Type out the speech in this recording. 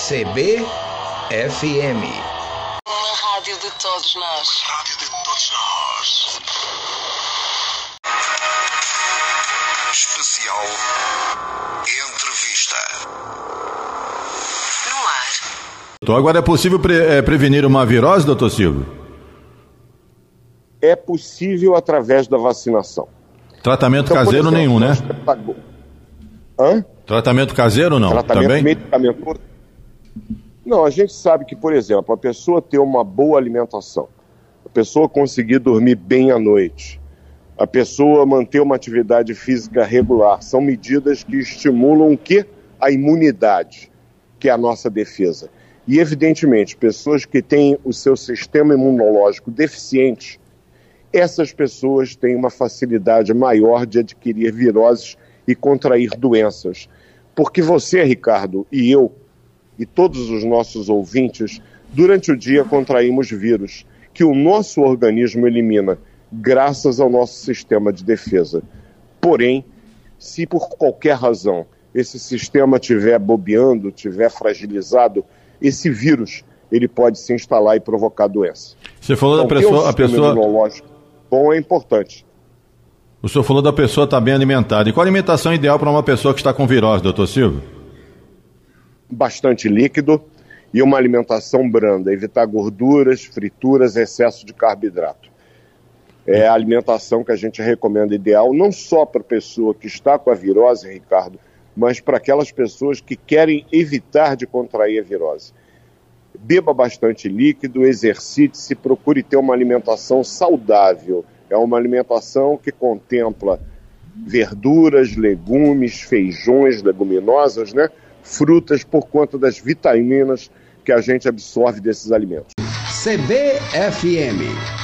CBFM. Uma rádio de todos nós. Uma rádio de todos nós. Especial Entrevista. No ar. Então, agora é possível prevenir uma virose, doutor Silvio? É possível através da vacinação. Tratamento então, caseiro exemplo, nenhum, né? Hã? Tratamento caseiro não? Tratamento também? Medicamentoso? Não, a gente sabe que, por exemplo, a pessoa ter uma boa alimentação, a pessoa conseguir dormir bem à noite, a pessoa manter uma atividade física regular, são medidas que estimulam o quê? A imunidade, que é a nossa defesa. E, evidentemente, pessoas que têm o seu sistema imunológico deficiente, essas pessoas têm uma facilidade maior de adquirir viroses e contrair doenças. Porque você, Ricardo, e eu, e todos os nossos ouvintes, durante o dia contraímos vírus, que o nosso organismo elimina, graças ao nosso sistema de defesa. Porém, se por qualquer razão esse sistema estiver bobeando, estiver fragilizado, esse vírus ele pode se instalar e provocar doença. Você falou então, a pessoa imunológico bom é importante. O senhor falou da pessoa estar bem alimentada. E qual a alimentação ideal para uma pessoa que está com virose, doutor Silvio? Bastante líquido e uma alimentação branda, evitar gorduras, frituras, excesso de carboidrato. É a alimentação que a gente recomenda ideal, não só para a pessoa que está com a virose, Ricardo, mas para aquelas pessoas que querem evitar de contrair a virose. Beba bastante líquido, exercite-se, procure ter uma alimentação saudável. É uma alimentação que contempla verduras, legumes, feijões, leguminosas, né? Frutas, por conta das vitaminas que a gente absorve desses alimentos. CBFM.